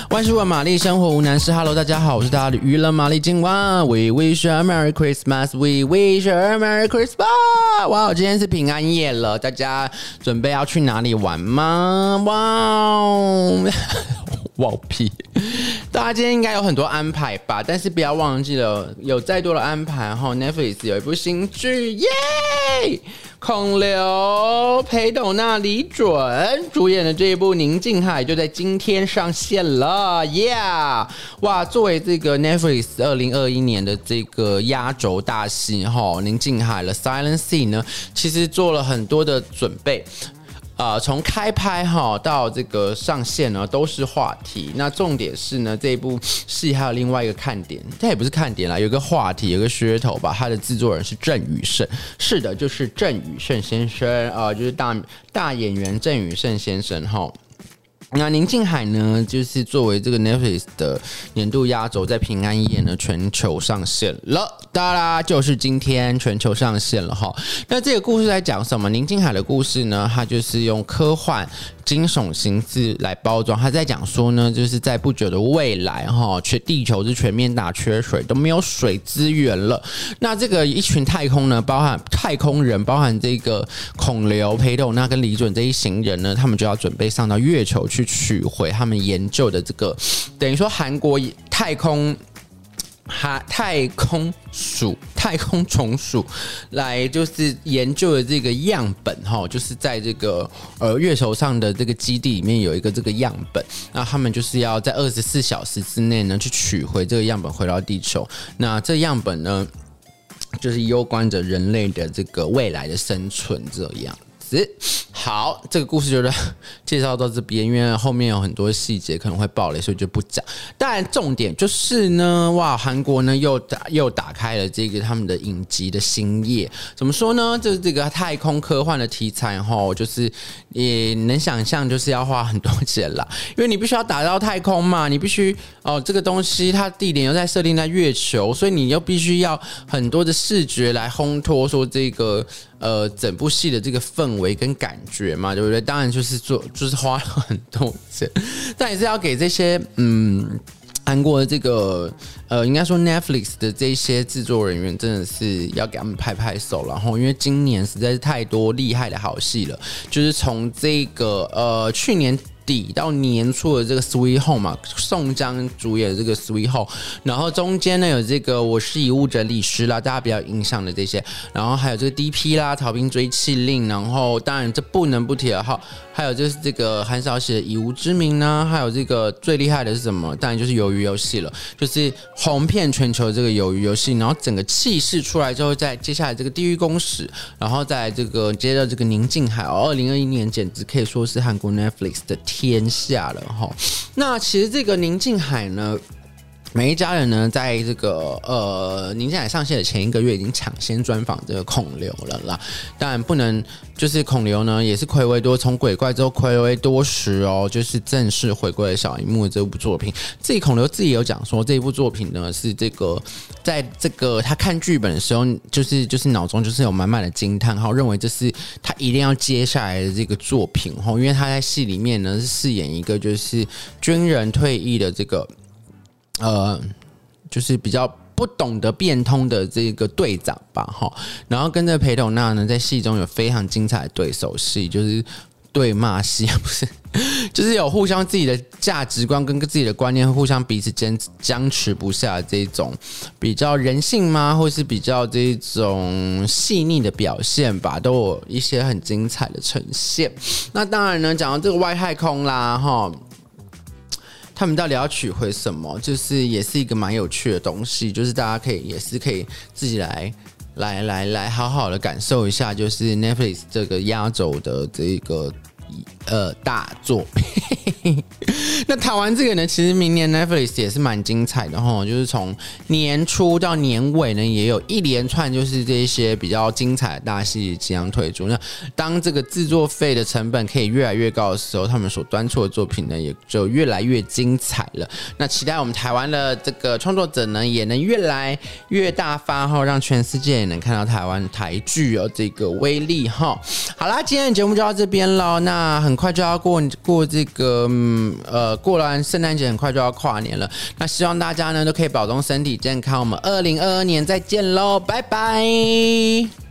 万事问玛丽，生活无难事。Hello， 大家好，我是大家的娱乐玛丽今晚。We wish a Merry Christmas. We wish a Merry Christmas. 哇，今天是平安夜了，大家准备要去哪里玩吗？哇，哇屁！大家今天应该有很多安排吧，但是不要忘记了，有再多的安排后 Netflix 有一部新剧，耶！孔刘、裴斗娜、李准主演的这一部《宁静海》就在今天上线了，耶！哇，作为这个 Netflix 2021年的这个压轴大戏《宁静海》的 Silent Sea 呢，其实做了很多的准备。从开拍到这个上线呢，都是话题。那重点是呢，这一部戏还有另外一个看点，它也不是看点啦，有一个话题，有一个噱头吧。它的制作人是郑宇盛，是的，就是郑宇盛先生就是大演员郑宇盛先生那宁静海呢，就是作为这个 Netflix 的年度压轴，在平安夜呢全球上线了，哒啦，就是今天全球上线了哈。那这个故事在讲什么？宁静海的故事呢，它就是用科幻惊悚形式来包装。他在讲说呢，就是在不久的未来地球是全面大缺水，都没有水资源了。那这个一群太空呢，包含太空人，包含这个孔刘、裴斗娜跟李准这一行人呢，他们就要准备上到月球去取回他们研究的这个，等于说韩国太空虫属来就是研究的这个样本就是在这个月球上的这个基地里面有一个这个样本，那他们就是要在24小时之内呢去取回这个样本回到地球。那这样本呢，就是攸关着人类的这个未来的生存这样。好，这个故事就介绍到这边，因为后面有很多细节可能会爆雷，所以就不讲。当然，重点就是呢，哇，韩国呢又打开了这个他们的影集的新页。怎么说呢？就是这个太空科幻的题材就是也能想象，就是要花很多钱啦，因为你必须要打到太空嘛，你必须这个东西它地点又在设定在月球，所以你又必须要很多的视觉来烘托说这个整部戏的这个氛围跟感觉嘛，对不对？当然就是花了很多钱，但也是要给这些韩国的这个应该说 Netflix 的这些制作人员真的是要给他们拍拍手，然后因为今年实在是太多厉害的好戏了，就是从这个去年底到年初的这个 Sweet Home 嘛，宋江主演的这个 Sweet Home， 然后中间呢有这个我是遗物整理师啦，大家比较印象的这些，然后还有这个 DP 啦，逃兵追缉令，然后当然这不能不提的还有就是这个韩少喜的以无之名呢，还有这个最厉害的是什么？当然就是鱿鱼游戏了，就是红遍全球这个鱿鱼游戏，然后整个气势出来之后，在接下来这个地狱公使，然后在这个接着这个宁静海2021年简直可以说是韩国 Netflix 的天下了那其实这个宁静海呢，每一家人呢，在这个宁静海上线的前一个月已经抢先专访这个孔刘了啦。当然不能，就是孔刘呢也是睽违多，从鬼怪之后睽违多时就是正式回归了小荧幕的这部作品。自己孔刘自己有讲说，这一部作品呢是这个在这个他看剧本的时候，就是脑中就是有满满的惊叹号，认为这是他一定要接下来的这个作品因为他在戏里面呢是饰演一个就是军人退役的这个。就是比较不懂得变通的这个队长吧，然后跟着裴斗娜呢，在戏中有非常精彩的对手戏，就是对骂戏，不是，就是有互相自己的价值观跟自己的观念互相彼此僵持不下的这种比较人性吗，或是比较这种细腻的表现吧，都有一些很精彩的呈现。那当然呢，讲到这个外太空啦，他们到底要取回什么？就是也是一个蛮有趣的东西，就是大家也是可以自己来好好的感受一下，就是 Netflix 这个压轴的这个大作。那谈完这个呢，其实明年 Netflix 也是蛮精彩的就是从年初到年尾呢，也有一连串就是这些比较精彩的大戏即将推出。那当这个制作费的成本可以越来越高的时候，他们所端出的作品呢，也就越来越精彩了。那期待我们台湾的这个创作者呢，也能越来越大发让全世界也能看到台湾台剧这个威力好啦，今天的节目就到这边了。那很快就要过这个过完圣诞节，很快就要跨年了。那希望大家呢都可以保重身体健康。我们2022年再见喽，拜拜。